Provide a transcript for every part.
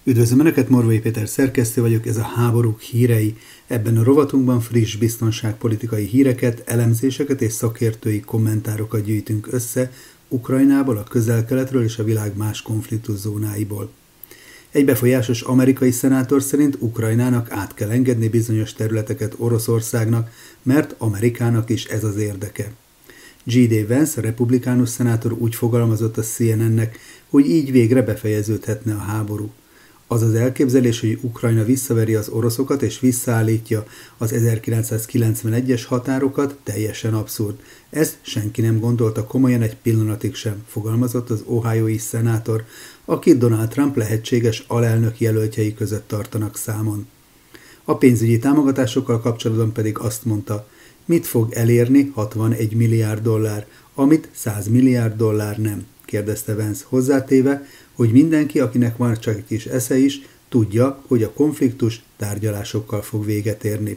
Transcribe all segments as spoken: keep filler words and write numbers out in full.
Üdvözlöm Önöket, Morvai Péter szerkesztő vagyok, ez a Háborúk hírei. Ebben a rovatunkban friss biztonságpolitikai híreket, elemzéseket és szakértői kommentárokat gyűjtünk össze Ukrajnából, a Közel-Keletről és a világ más konfliktuszónáiból. Egy befolyásos amerikai szenátor szerint Ukrajnának át kell engedni bizonyos területeket Oroszországnak, mert Amerikának is ez az érdeke. J D Vance, a republikánus szenátor úgy fogalmazott a C N N-nek, hogy így végre befejeződhetne a háború. Az az elképzelés, hogy Ukrajna visszaveri az oroszokat és visszaállítja az ezerkilencszázkilencvenegyes határokat, teljesen abszurd. Ezt senki nem gondolta komolyan egy pillanatig sem, fogalmazott az ohiói szenátor, akit Donald Trump lehetséges alelnök jelöltjei között tartanak számon. A pénzügyi támogatásokkal kapcsolatban pedig azt mondta, mit fog elérni hatvanegy milliárd dollár, amit száz milliárd dollár nem, kérdezte Vance, hozzátéve, hogy mindenki, akinek van csak egy kis esze is, tudja, hogy a konfliktus tárgyalásokkal fog véget érni.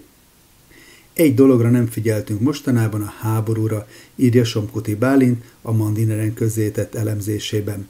Egy dologra nem figyeltünk mostanában, a háborúra, írja Somkuti Bálint a Mandineren közzétett elemzésében.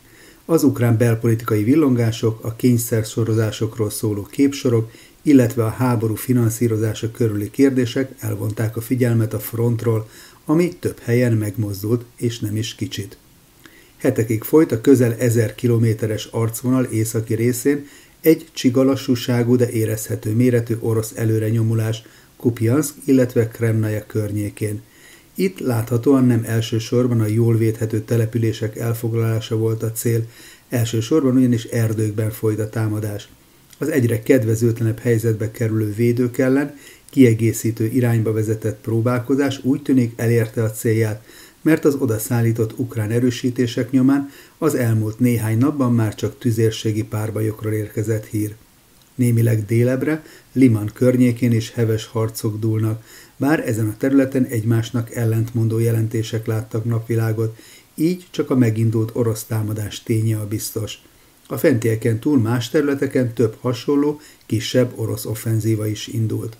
Az ukrán belpolitikai villongások, a kényszersorozásokról szóló képsorok, illetve a háború finanszírozása körüli kérdések elvonták a figyelmet a frontról, ami több helyen megmozdult, és nem is kicsit. Hetekig folyt a közel ezer kilométeres arcvonal északi részén egy csigalassúságú, de érezhető méretű orosz előrenyomulás Kupjanszk, illetve Kremnaja környékén. Itt láthatóan nem elsősorban a jól védhető települések elfoglalása volt a cél, elsősorban ugyanis erdőkben folyt a támadás. Az egyre kedvezőtlenebb helyzetbe kerülő védők ellen kiegészítő irányba vezetett próbálkozás úgy tűnik elérte a célját, mert az odaszállított ukrán erősítések nyomán az elmúlt néhány napban már csak tüzérségi párbajokról érkezett hír. Némileg délebre, Liman környékén is heves harcok dúlnak, bár ezen a területen egymásnak ellentmondó jelentések láttak napvilágot, így csak a megindult orosz támadás ténye a biztos. A fentieken túl más területeken több hasonló, kisebb orosz offenzíva is indult.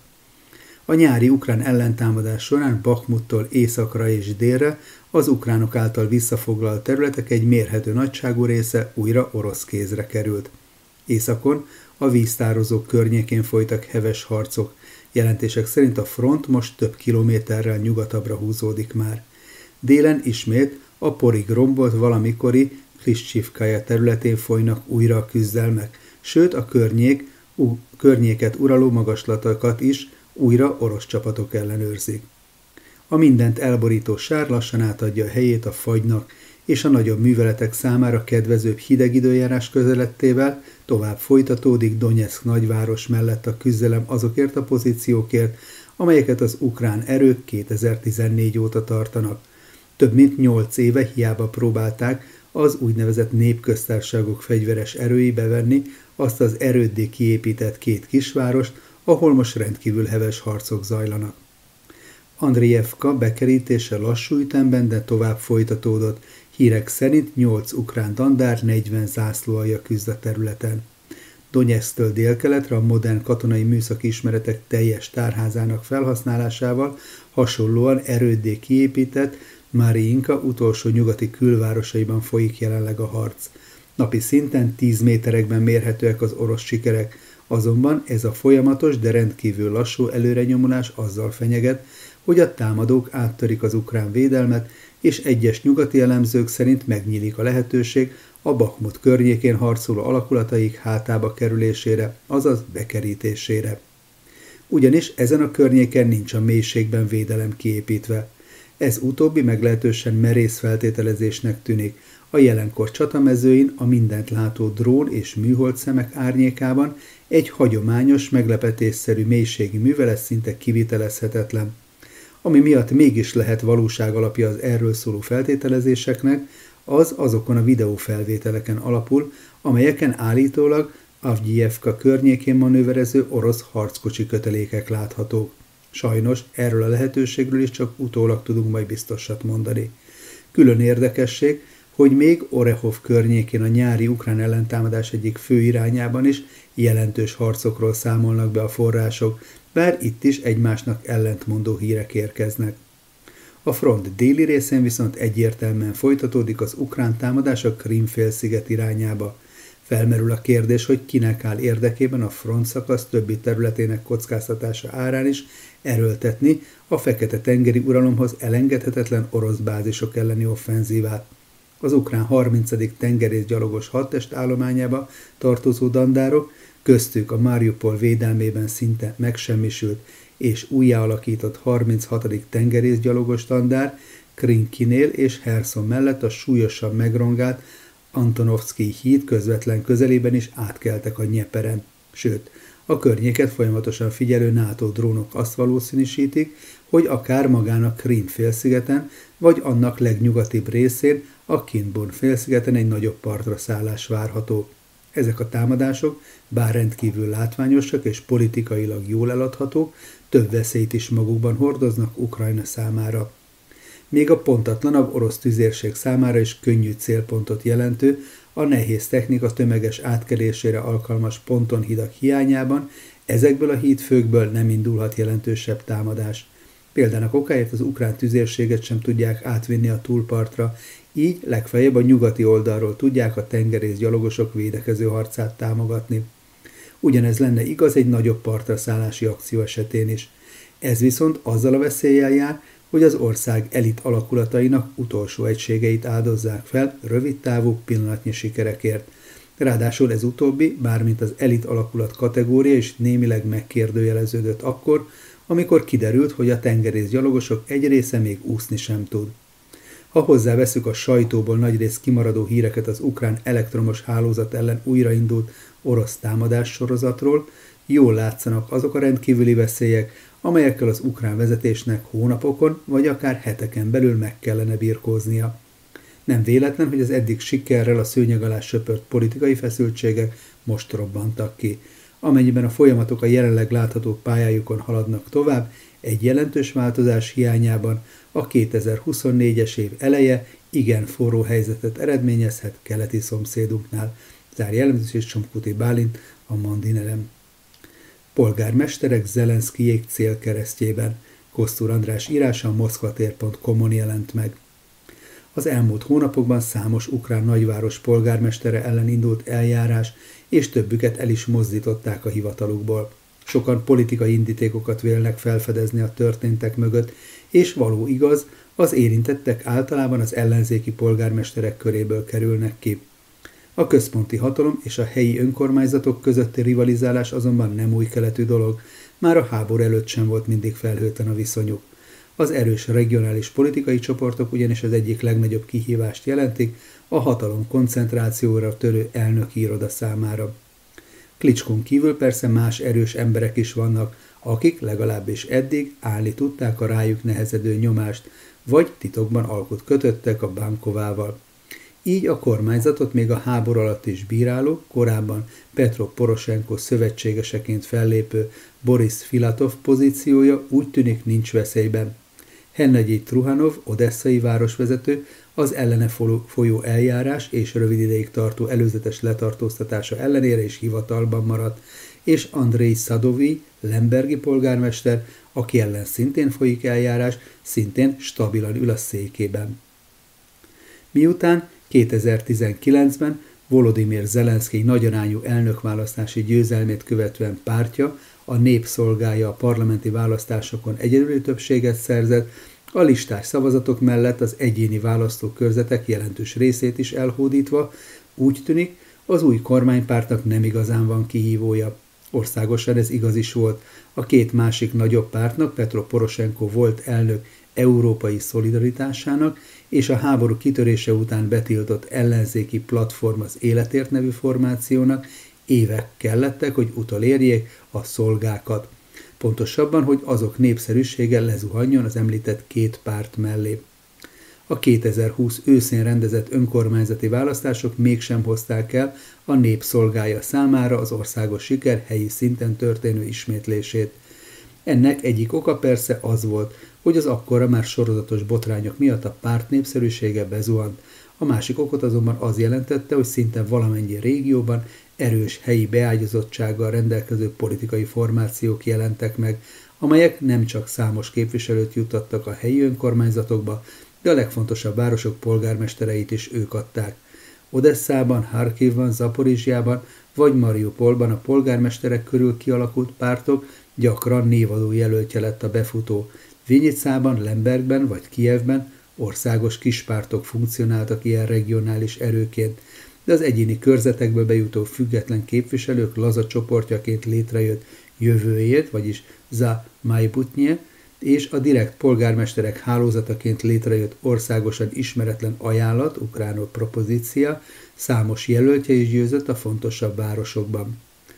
A nyári ukrán ellentámadás során Bakhmuttól északra és délre az ukránok által visszafoglalt területek egy mérhető nagyságú része újra orosz kézre került. Északon a víztározók környékén folytak heves harcok, jelentések szerint a front most több kilométerrel nyugatabbra húzódik már. Délen ismét a porig rombolt valamikori Klishchivkaja területén folynak újra a küzdelmek, sőt a környék, u, környéket uraló magaslatokat is újra orosz csapatok ellenőrzik. A mindent elborító sár lassan átadja a helyét a fagynak, és a nagyobb műveletek számára kedvezőbb hideg időjárás közelettével tovább folytatódik Donyeck nagyváros mellett a küzdelem azokért a pozíciókért, amelyeket az ukrán erők kétezer-tizennégy óta tartanak. Több mint nyolc éve hiába próbálták az úgynevezett népköztársaságok fegyveres erői bevenni azt az erőddé kiépített két kisvárost, ahol most rendkívül heves harcok zajlanak. Andriyevka bekerítése lassú ütemben, de tovább folytatódott. Hírek szerint nyolc ukrán dandár, negyven zászlóalja küzd a területen. Donyecktől délkeletre a modern katonai műszaki ismeretek teljes tárházának felhasználásával hasonlóan erőddé kiépített Mariinka utolsó nyugati külvárosaiban folyik jelenleg a harc. Napi szinten tíz méterekben mérhetőek az orosz sikerek, azonban ez a folyamatos, de rendkívül lassú előrenyomulás azzal fenyeget, hogy a támadók áttörik az ukrán védelmet, és egyes nyugati elemzők szerint megnyílik a lehetőség a Bakhmut környékén harcoló alakulataik hátába kerülésére, azaz bekerítésére. Ugyanis ezen a környéken nincs a mélységben védelem kiépítve. Ez utóbbi meglehetősen merész feltételezésnek tűnik. A jelenkor csatamezőin a mindent látó drón és műhold szemek árnyékában egy hagyományos, meglepetésszerű mélységi művelet szinte kivitelezhetetlen. Ami miatt mégis lehet valóság alapja az erről szóló feltételezéseknek, az azokon a videófelvételeken alapul, amelyeken állítólag Avgyijevka környékén manőverező orosz harckocsi kötelékek láthatók. Sajnos erről a lehetőségről is csak utólag tudunk majd biztosat mondani. Külön érdekesség, hogy még Orehov környékén a nyári ukrán ellentámadás egyik fő irányában is jelentős harcokról számolnak be a források, bár itt is egymásnak ellentmondó hírek érkeznek. A front déli részén viszont egyértelműen folytatódik az ukrán támadás a Krím-félsziget irányába. Felmerül a kérdés, hogy kinek áll érdekében a frontszakasz többi területének kockáztatása árán is erőltetni a Fekete-tengeri uralomhoz elengedhetetlen orosz bázisok elleni offenzívát. Az ukrán harmincadik tengerészgyalogos hadtest állományába tartozó dandárok, köztük a Mariupol védelmében szinte megsemmisült és újjáalakított harminchatodik tengerészgyalogos dandár Krinkinél és Herson mellett a súlyosan megrongált Antonovszkij híd közvetlen közelében is átkeltek a Nyeperen. Sőt, a környéket folyamatosan figyelő NATO drónok azt valószínűsítik, hogy akár magán a Krím félszigeten, vagy annak legnyugatibb részén, a Kinburn félszigeten egy nagyobb partra szállás várható. Ezek a támadások, bár rendkívül látványosak és politikailag jól eladhatók, több veszélyt is magukban hordoznak Ukrajna számára. Még a pontatlanabb orosz tüzérség számára is könnyű célpontot jelentő, a nehéz technika tömeges átkelésére alkalmas pontonhidak hiányában ezekből a hídfőkből nem indulhat jelentősebb támadás. Példának okáért az ukrán tüzérséget sem tudják átvinni a túlpartra, így legfeljebb a nyugati oldalról tudják a tengerészgyalogosok védekező harcát támogatni. Ugyanez lenne igaz egy nagyobb partra szállási akció esetén is. Ez viszont azzal a veszéllyel jár, hogy az ország elit alakulatainak utolsó egységeit áldozzák fel rövidtávú pillanatnyi sikerekért. Ráadásul ez utóbbi, bármint az elit alakulat kategória is némileg megkérdőjeleződött akkor, amikor kiderült, hogy a tengerészgyalogosok egy része még úszni sem tud. Ha hozzáveszünk a sajtóból nagyrészt kimaradó híreket az ukrán elektromos hálózat ellen újraindult orosz támadás sorozatról, jól látszanak azok a rendkívüli veszélyek, amelyekkel az ukrán vezetésnek hónapokon vagy akár heteken belül meg kellene birkóznia. Nem véletlen, hogy az eddig sikerrel a szőnyeg alá söpört politikai feszültségek most robbantak ki. Amennyiben a folyamatok a jelenleg látható pályájukon haladnak tovább, egy jelentős változás hiányában a kétezer-huszonnégyes év eleje igen forró helyzetet eredményezhet keleti szomszédunknál. Zárja elemzés Csomkuti Bálint, a Mandinerem. Polgármesterek Zelenszkijék célkeresztjében. Kosztúr András írása a moszkvatér pont com-on jelent meg. Az elmúlt hónapokban számos ukrán nagyváros polgármestere ellen indult eljárás, és többüket el is mozdították a hivatalukból. Sokan politikai indítékokat vélnek felfedezni a történtek mögött, és való igaz, az érintettek általában az ellenzéki polgármesterek köréből kerülnek ki. A központi hatalom és a helyi önkormányzatok közötti rivalizálás azonban nem új keletű dolog, már a háború előtt sem volt mindig felhőtlen a viszonyuk. Az erős regionális politikai csoportok ugyanis az egyik legnagyobb kihívást jelentik a hatalom koncentrációra törő elnöki iroda számára. Klicskón kívül persze más erős emberek is vannak, akik legalábbis eddig állni tudták a rájuk nehezedő nyomást, vagy titokban alkut kötöttek a Bankovával. Így a kormányzatot még a háború alatt is bíráló, korábban Petro Poroshenko szövetségeseként fellépő Boris Filatov pozíciója úgy tűnik nincs veszélyben. Hennegyi Truhanov, odesszai városvezető, az ellene folyó eljárás és rövid ideig tartó előzetes letartóztatása ellenére is hivatalban maradt, és Andrei Sadovij, lembergi polgármester, aki ellen szintén folyik eljárás, szintén stabilan ül a székében. Miután kétezer-tizenkilencben Volodymyr Zelenszkij nagyarányú elnökválasztási győzelmét követően pártja, a nép szolgálja a parlamenti választásokon egyedüli többséget szerzett, a listás szavazatok mellett az egyéni választókörzetek jelentős részét is elhódítva, úgy tűnik, az új kormánypártnak nem igazán van kihívója. Országosan ez igaz is volt. A két másik nagyobb pártnak, Petro Poroshenko volt elnök európai szolidaritásának és a háború kitörése után betiltott ellenzéki platform az Életért nevű formációnak évek kellettek, hogy utolérjék a szolgákat. Pontosabban, hogy azok népszerűsége lezuhanjon az említett két párt mellé. A kétezer-húsz őszén rendezett önkormányzati választások mégsem hozták el a nép szolgálja számára az országos siker helyi szinten történő ismétlését. Ennek egyik oka persze az volt, hogy az akkora már sorozatos botrányok miatt a párt népszerűsége bezuhant. A másik okot azonban az jelentette, hogy szinte valamennyi régióban erős helyi beágyazottsággal rendelkező politikai formációk jelentek meg, amelyek nem csak számos képviselőt juttattak a helyi önkormányzatokba, de a legfontosabb városok polgármestereit is ők adták. Odesszában, Harkivban, Zaporizsjában vagy Mariupolban a polgármesterek körül kialakult pártok gyakran névadó jelöltje lett a befutó. Vinyicában, Lembergben vagy Kijevben országos kispártok funkcionáltak ilyen regionális erőként, de az egyéni körzetekből bejutó független képviselők laza csoportjaként létrejött Jövőért, vagyis Za Maibutnye, és a direkt polgármesterek hálózataként létrejött országosan ismeretlen ajánlat, ukránul propozícia, számos jelöltje is győzött a fontosabb városokban.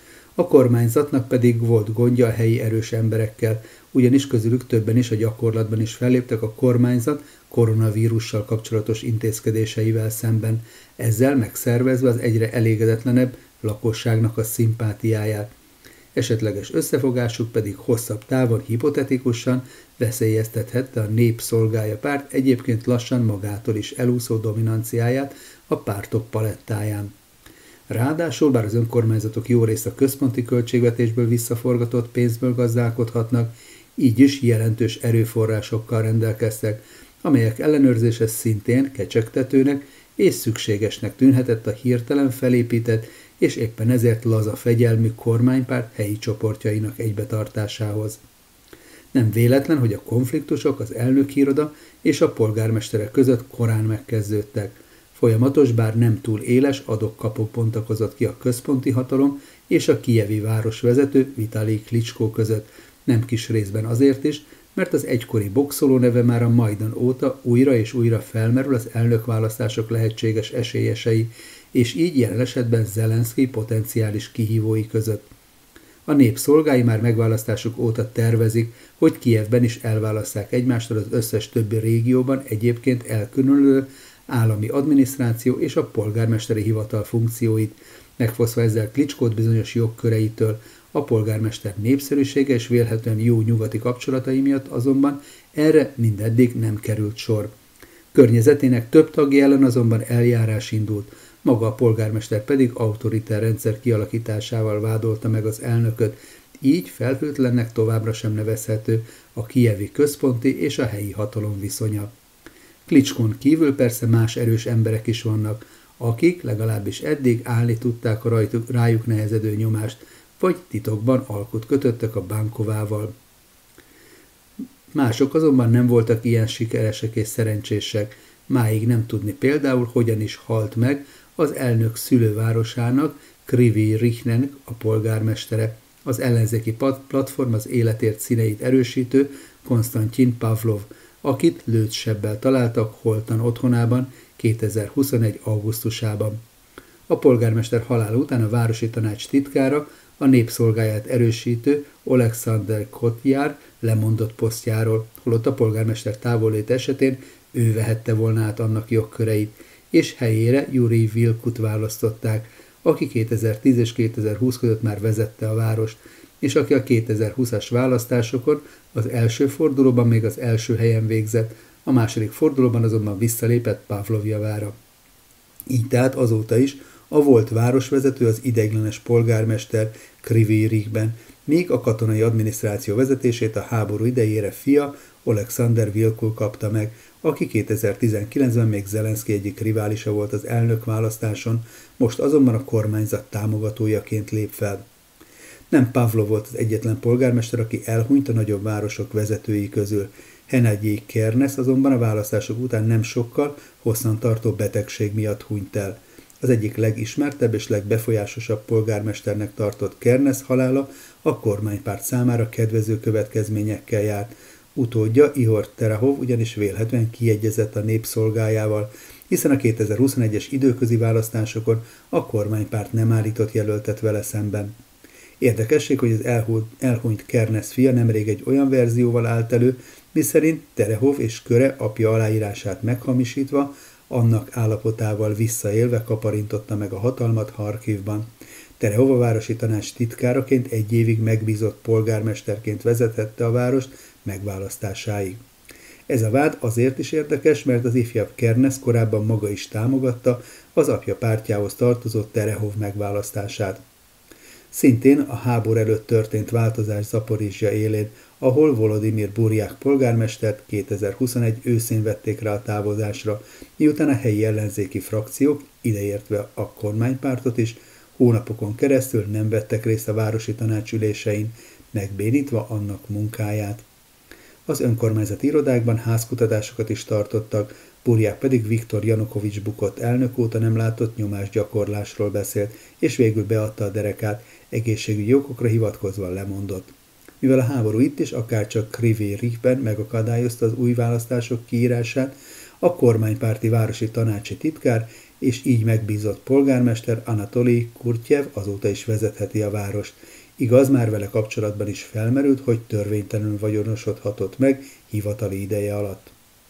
A kormányzatnak pedig volt gondja a helyi erős emberekkel, ugyanis közülük többen is a gyakorlatban is felléptek a kormányzat koronavírussal kapcsolatos intézkedéseivel szemben, ezzel megszervezve az egyre elégedetlenebb lakosságnak a szimpátiáját. Esetleges összefogásuk pedig hosszabb távon hipotetikusan veszélyeztethette a Népszolgája párt egyébként lassan magától is elúszó dominanciáját a pártok palettáján. Ráadásul, bár az önkormányzatok jó részt a központi költségvetésből visszaforgatott pénzből gazdálkodhatnak, így is jelentős erőforrásokkal rendelkeztek, amelyek ellenőrzése szintén kecsegtetőnek és szükségesnek tűnhetett a hirtelen felépített és éppen ezért laza fegyelmű kormánypárt helyi csoportjainak egybetartásához. Nem véletlen, hogy a konfliktusok az elnöki iroda és a polgármesterek között korán megkezdődtek. Folyamatos, bár nem túl éles adok-kapok bontakozott ki a központi hatalom és a kijevi városvezető Vitalij Klicskó között, nem kis részben azért is, mert az egykori boxoló neve már a Majdan óta újra és újra felmerül az elnökválasztások lehetséges esélyesei, és így jelen esetben Zelenszkij potenciális kihívói között. A népszolgái már megválasztásuk óta tervezik, hogy Kijevben is elválasszák egymástól az összes többi régióban egyébként elkülönülő állami adminisztráció és a polgármesteri hivatal funkcióit, megfosztva ezzel Klicskót bizonyos jogköreitől. A polgármester népszerűsége és vélhetően jó nyugati kapcsolatai miatt azonban erre mindeddig nem került sor. Környezetének több tagja ellen azonban eljárás indult, maga a polgármester pedig autoritár rendszer kialakításával vádolta meg az elnököt, így felhőtlennek továbbra sem nevezhető a kijevi központi és a helyi hatalom viszonya. Klicskón kívül persze más erős emberek is vannak, akik legalábbis eddig állni tudták a rajtuk, rájuk nehezedő nyomást, vagy titokban alkut kötöttek a Bankovával. Mások azonban nem voltak ilyen sikeresek és szerencsések, máig nem tudni például, hogyan is halt meg az elnök szülővárosának, Kryvyi Rihnek a polgármestere, az ellenzéki platform az életért színeit erősítő Konstantin Pavlov, akit lőttsebbel találtak holtan otthonában kétezer-huszonegy. augusztusában. A polgármester halála után a városi tanács titkára, a népszolgáját erősítő Oleksandr Kotlyár lemondott posztjáról, holott a polgármester távollét esetén ő vehette volna át annak jogköreit, és helyére Jurij Vilkut választották, aki kétezer-tíz és kétezer-húsz között már vezette a várost, és aki a kétezer-húszas választásokon az első fordulóban még az első helyen végzett, a második fordulóban azonban visszalépett Pavlov javára. Így tehát azóta is a volt városvezető az ideiglenes polgármester Kryvyi Rihben, míg a katonai adminisztráció vezetését a háború idejére fia Oleksandr Vilkul kapta meg, aki kétezer-tizenkilencben még Zelenszkij egyik riválisa volt az elnökválasztáson, most azonban a kormányzat támogatójaként lép fel. Nem Pavlov volt az egyetlen polgármester, aki elhunyt a nagyobb városok vezetői közül. Henadij Kernesz azonban a választások után nem sokkal hosszantartó betegség miatt hunyt el. Az egyik legismertebb és legbefolyásosabb polgármesternek tartott Kernesz halála a kormánypárt számára kedvező következményekkel járt. Utódja Ihor Terahov ugyanis vélhetően kiegyezett a népszolgájával, hiszen a kétezer-huszonegyes időközi választásokon a kormánypárt nem állított jelöltet vele szemben. Érdekesség, hogy az elhunyt, elhunyt Kernesz fia nemrég egy olyan verzióval állt elő, miszerint Terehov és köre apja aláírását meghamisítva, annak állapotával visszaélve kaparintotta meg a hatalmat Harkivban. Terehov a városi tanács titkáraként egy évig megbízott polgármesterként vezethette a várost megválasztásáig. Ez a vád azért is érdekes, mert az ifjabb Kernesz korábban maga is támogatta az apja pártjához tartozó Terehov megválasztását. Szintén a háború előtt történt változás Zaporizsja élén, ahol Volodymyr Burják polgármestert kétezer-huszonegy őszén vették rá a távozásra, miután a helyi ellenzéki frakciók, ideértve a kormánypártot is, hónapokon keresztül nem vettek részt a városi tanács ülésein, megbénítva annak munkáját. Az önkormányzati irodákban házkutatásokat is tartottak, Burják pedig Viktor Janukovics bukott elnök óta nem látott nyomásgyakorlásról beszélt, és végül beadta a derekát, egészségügyi okokra hivatkozva lemondott. Mivel a háború itt is akárcsak Kryvyi Rihben megakadályozta az új választások kiírását, a kormánypárti városi tanácsi titkár és így megbízott polgármester Anatolij Kurtyev azóta is vezetheti a várost. Igaz, már vele kapcsolatban is felmerült, hogy törvénytelenül vagyonosodhatott meg hivatali ideje alatt.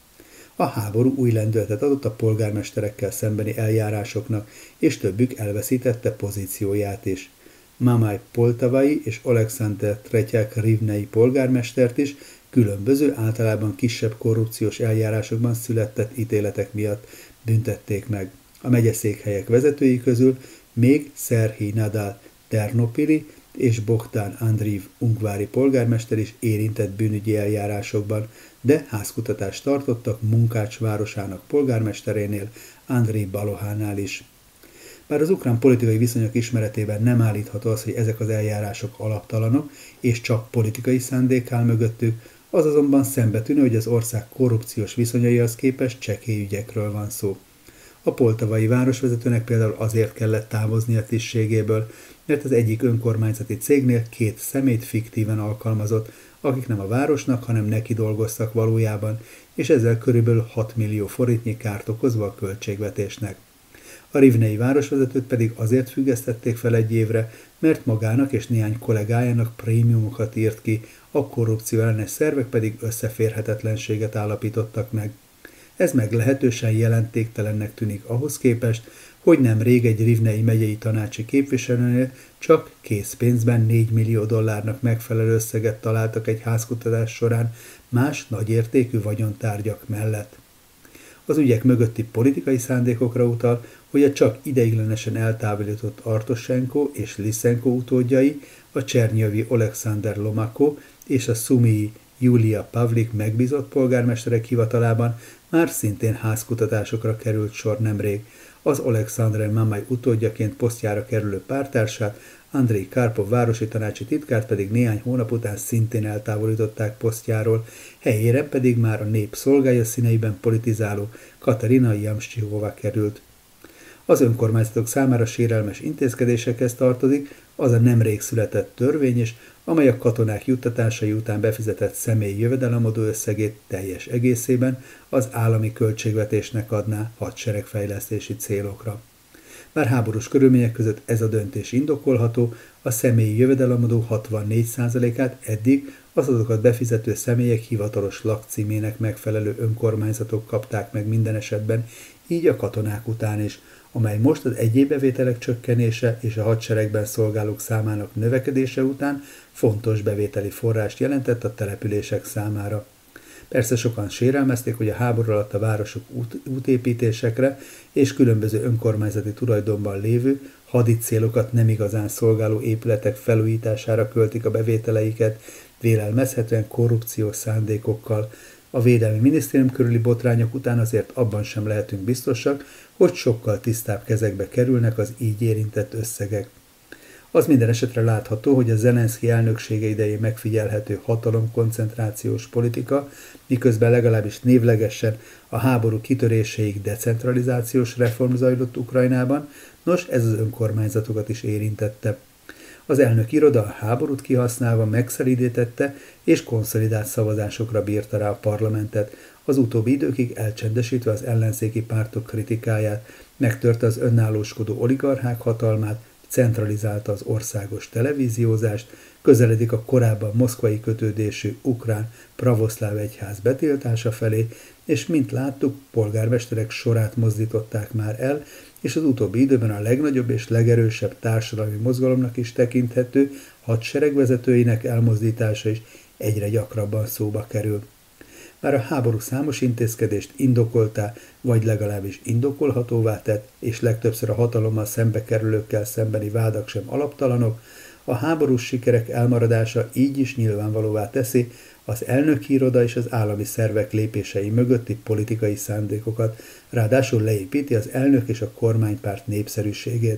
A háború új lendületet adott a polgármesterekkel szembeni eljárásoknak, és többük elveszítette pozícióját is. Mamaj Poltavai és Oleksandr Tretyák Rivnei polgármestert is különböző, általában kisebb korrupciós eljárásokban született ítéletek miatt büntették meg. A megyeszékhelyek vezetői közül még Szerhij Nadal Ternopili és Bogdan Andriy ungvári polgármester is érintett bűnügyi eljárásokban, de házkutatást tartottak Munkács városának polgármesterénél, Andriy Balohánál is. Bár az ukrán politikai viszonyok ismeretében nem állítható az, hogy ezek az eljárások alaptalanok, és csak politikai szándék áll mögöttük, az azonban szembetűnő, hogy az ország korrupciós viszonyaihoz képest csekély ügyekről van szó. A poltavai városvezetőnek például azért kellett távozni a tisztségéből, mert az egyik önkormányzati cégnél két személyt fiktíven alkalmazott, akik nem a városnak, hanem neki dolgoztak valójában, és ezzel körülbelül hat millió forintnyi kárt okozva a költségvetésnek. A rivnei városvezetőt pedig azért függesztették fel egy évre, mert magának és néhány kollégájának prémiumokat írt ki, a korrupció ellenes szervek pedig összeférhetetlenséget állapítottak meg. Ez meglehetősen jelentéktelennek tűnik ahhoz képest, hogy nemrég egy rivnei megyei tanácsi képviselőnél csak készpénzben négy millió dollárnak megfelelő összeget találtak egy házkutatás során más nagyértékű vagyontárgyak mellett. Az ügyek mögötti politikai szándékokra utal, hogy a csak ideiglenesen eltávolított Artoshenko és Lysenko utódjai, a Csernyövi Oleksandr Lomako és a Szumiji Julia Pavlik megbízott polgármesterek hivatalában már szintén házkutatásokra került sor nemrég. Az Oleksandr Mamaj utódjaként posztjára kerülő pártársát, Andrei Karpov városi tanácsi titkárt pedig néhány hónap után szintén eltávolították posztjáról, helyére pedig már a nép szolgája színeiben politizáló Katarina Jamscsihova került. Az önkormányzatok számára sérelmes intézkedésekhez tartozik az a nemrég született törvény is, amely a katonák juttatásai után befizetett személyi jövedelemadó összegét teljes egészében az állami költségvetésnek adná hadseregfejlesztési célokra. Bár háborús körülmények között ez a döntés indokolható, a személyi jövedelemadó hatvannégy százalékát eddig az azokat befizető személyek hivatalos lakcímének megfelelő önkormányzatok kapták meg minden esetben, így a katonák után is, amely most az egyéb bevételek csökkenése és a hadseregben szolgálók számának növekedése után fontos bevételi forrást jelentett a települések számára. Persze sokan sérelmezték, hogy a háború alatt a városok út, útépítésekre és különböző önkormányzati tulajdonban lévő, hadi célokat nem igazán szolgáló épületek felújítására költik a bevételeiket, vélelmezhetően korrupciós szándékokkal. A Védelmi Minisztérium körüli botrányok után azért abban sem lehetünk biztosak, hogy sokkal tisztább kezekbe kerülnek az így érintett összegek. Az minden esetre látható, hogy a Zelenszky elnöksége idején megfigyelhető hatalomkoncentrációs politika, miközben legalábbis névlegesen a háború kitöréséig decentralizációs reform zajlott Ukrajnában, nos, ez az önkormányzatokat is érintette. Az elnök iroda a háborút kihasználva megszelídítette és konszolidált szavazásokra bírta rá a parlamentet, az utóbbi időkig elcsendesítve az ellenzéki pártok kritikáját, megtörte az önállóskodó oligarchák hatalmát, centralizálta az országos televíziózást, közeledik a korábban moszkvai kötődésű ukrán pravoszláv egyház betiltása felé, és mint láttuk, polgármesterek sorát mozdították már el, és az utóbbi időben a legnagyobb és legerősebb társadalmi mozgalomnak is tekinthető hadseregvezetőinek elmozdítása is egyre gyakrabban szóba kerül. Már a háború számos intézkedést indokoltá, vagy legalábbis indokolhatóvá tett, és legtöbbször a hatalommal szembe kerülőkkel szembeni vádak sem alaptalanok, A háborús sikerek elmaradása így is nyilvánvalóvá teszi az elnöki iroda és az állami szervek lépései mögötti politikai szándékokat, ráadásul leépíti az elnök és a kormánypárt népszerűségét.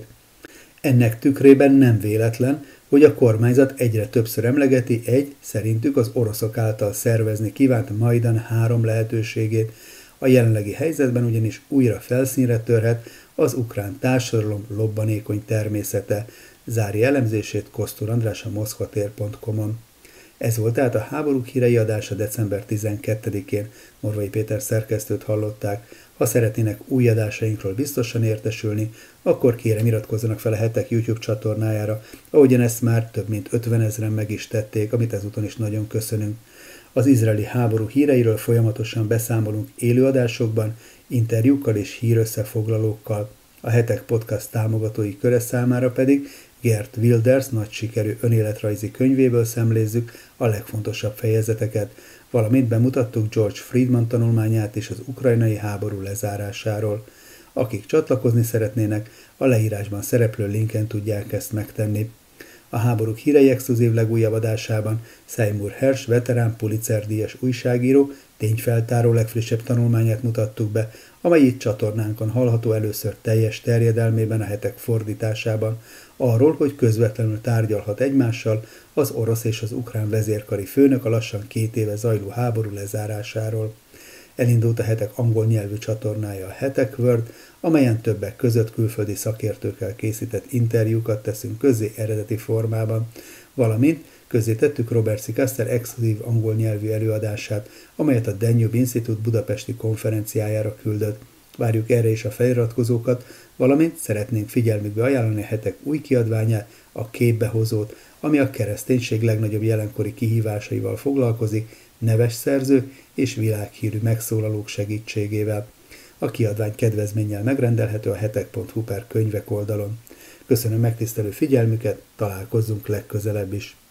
Ennek tükrében nem véletlen, hogy a kormányzat egyre többször emlegeti egy, szerintük az oroszok által szervezni kívánt Majdan három lehetőségét. A jelenlegi helyzetben ugyanis újra felszínre törhet az ukrán társadalom lobbanékony természete, zárja elemzését Kosztor András a moszkvatér pont com-on. Ez volt tehát a Háborúk hírei adása december tizenkettedikén. Morvai Péter szerkesztőt hallották. Ha szeretnének új adásainkról biztosan értesülni, akkor kérem iratkozzanak fel a Hetek YouTube csatornájára, ahogyan ezt már több mint ötvenezren meg is tették, amit ezúton is nagyon köszönünk. Az izraeli háború híreiről folyamatosan beszámolunk élőadásokban, interjúkkal és hírösszefoglalókkal. A Hetek podcast támogatói köre számára pedig Geert Wilders nagy sikerű önéletrajzi könyvéből szemlézzük a legfontosabb fejezeteket, valamint bemutattuk George Friedman tanulmányát és az ukrajnai háború lezárásáról. Akik csatlakozni szeretnének, a leírásban szereplő linken tudják ezt megtenni. A Háborúk hírei exkluzív legújabb adásában Seymour Hersh veterán Pulitzer-díjas újságíró tényfeltáró legfrissebb tanulmányát mutattuk be, amely itt csatornánkon hallható először teljes terjedelmében a Hetek fordításában, arról, hogy közvetlenül tárgyalhat egymással az orosz és az ukrán vezérkari főnök a lassan két éve zajló háború lezárásáról. Elindult a Hetek angol nyelvű csatornája, a Hetek World, amelyen többek között külföldi szakértőkkel készített interjúkat teszünk közzé eredeti formában, valamint közzétettük Robert C. Caster exkluzív angol nyelvű előadását, amelyet a Danube Institute budapesti konferenciájára küldött. Várjuk erre is a feliratkozókat, valamint szeretnénk figyelmükbe ajánlani a Hetek új kiadványát, a Képbehozót, ami a kereszténység legnagyobb jelenkori kihívásaival foglalkozik, neves szerzők és világhírű megszólalók segítségével. A kiadvány kedvezménnyel megrendelhető a hetek pont hu per könyvek oldalon. Köszönöm megtisztelő figyelmüket, találkozzunk legközelebb is!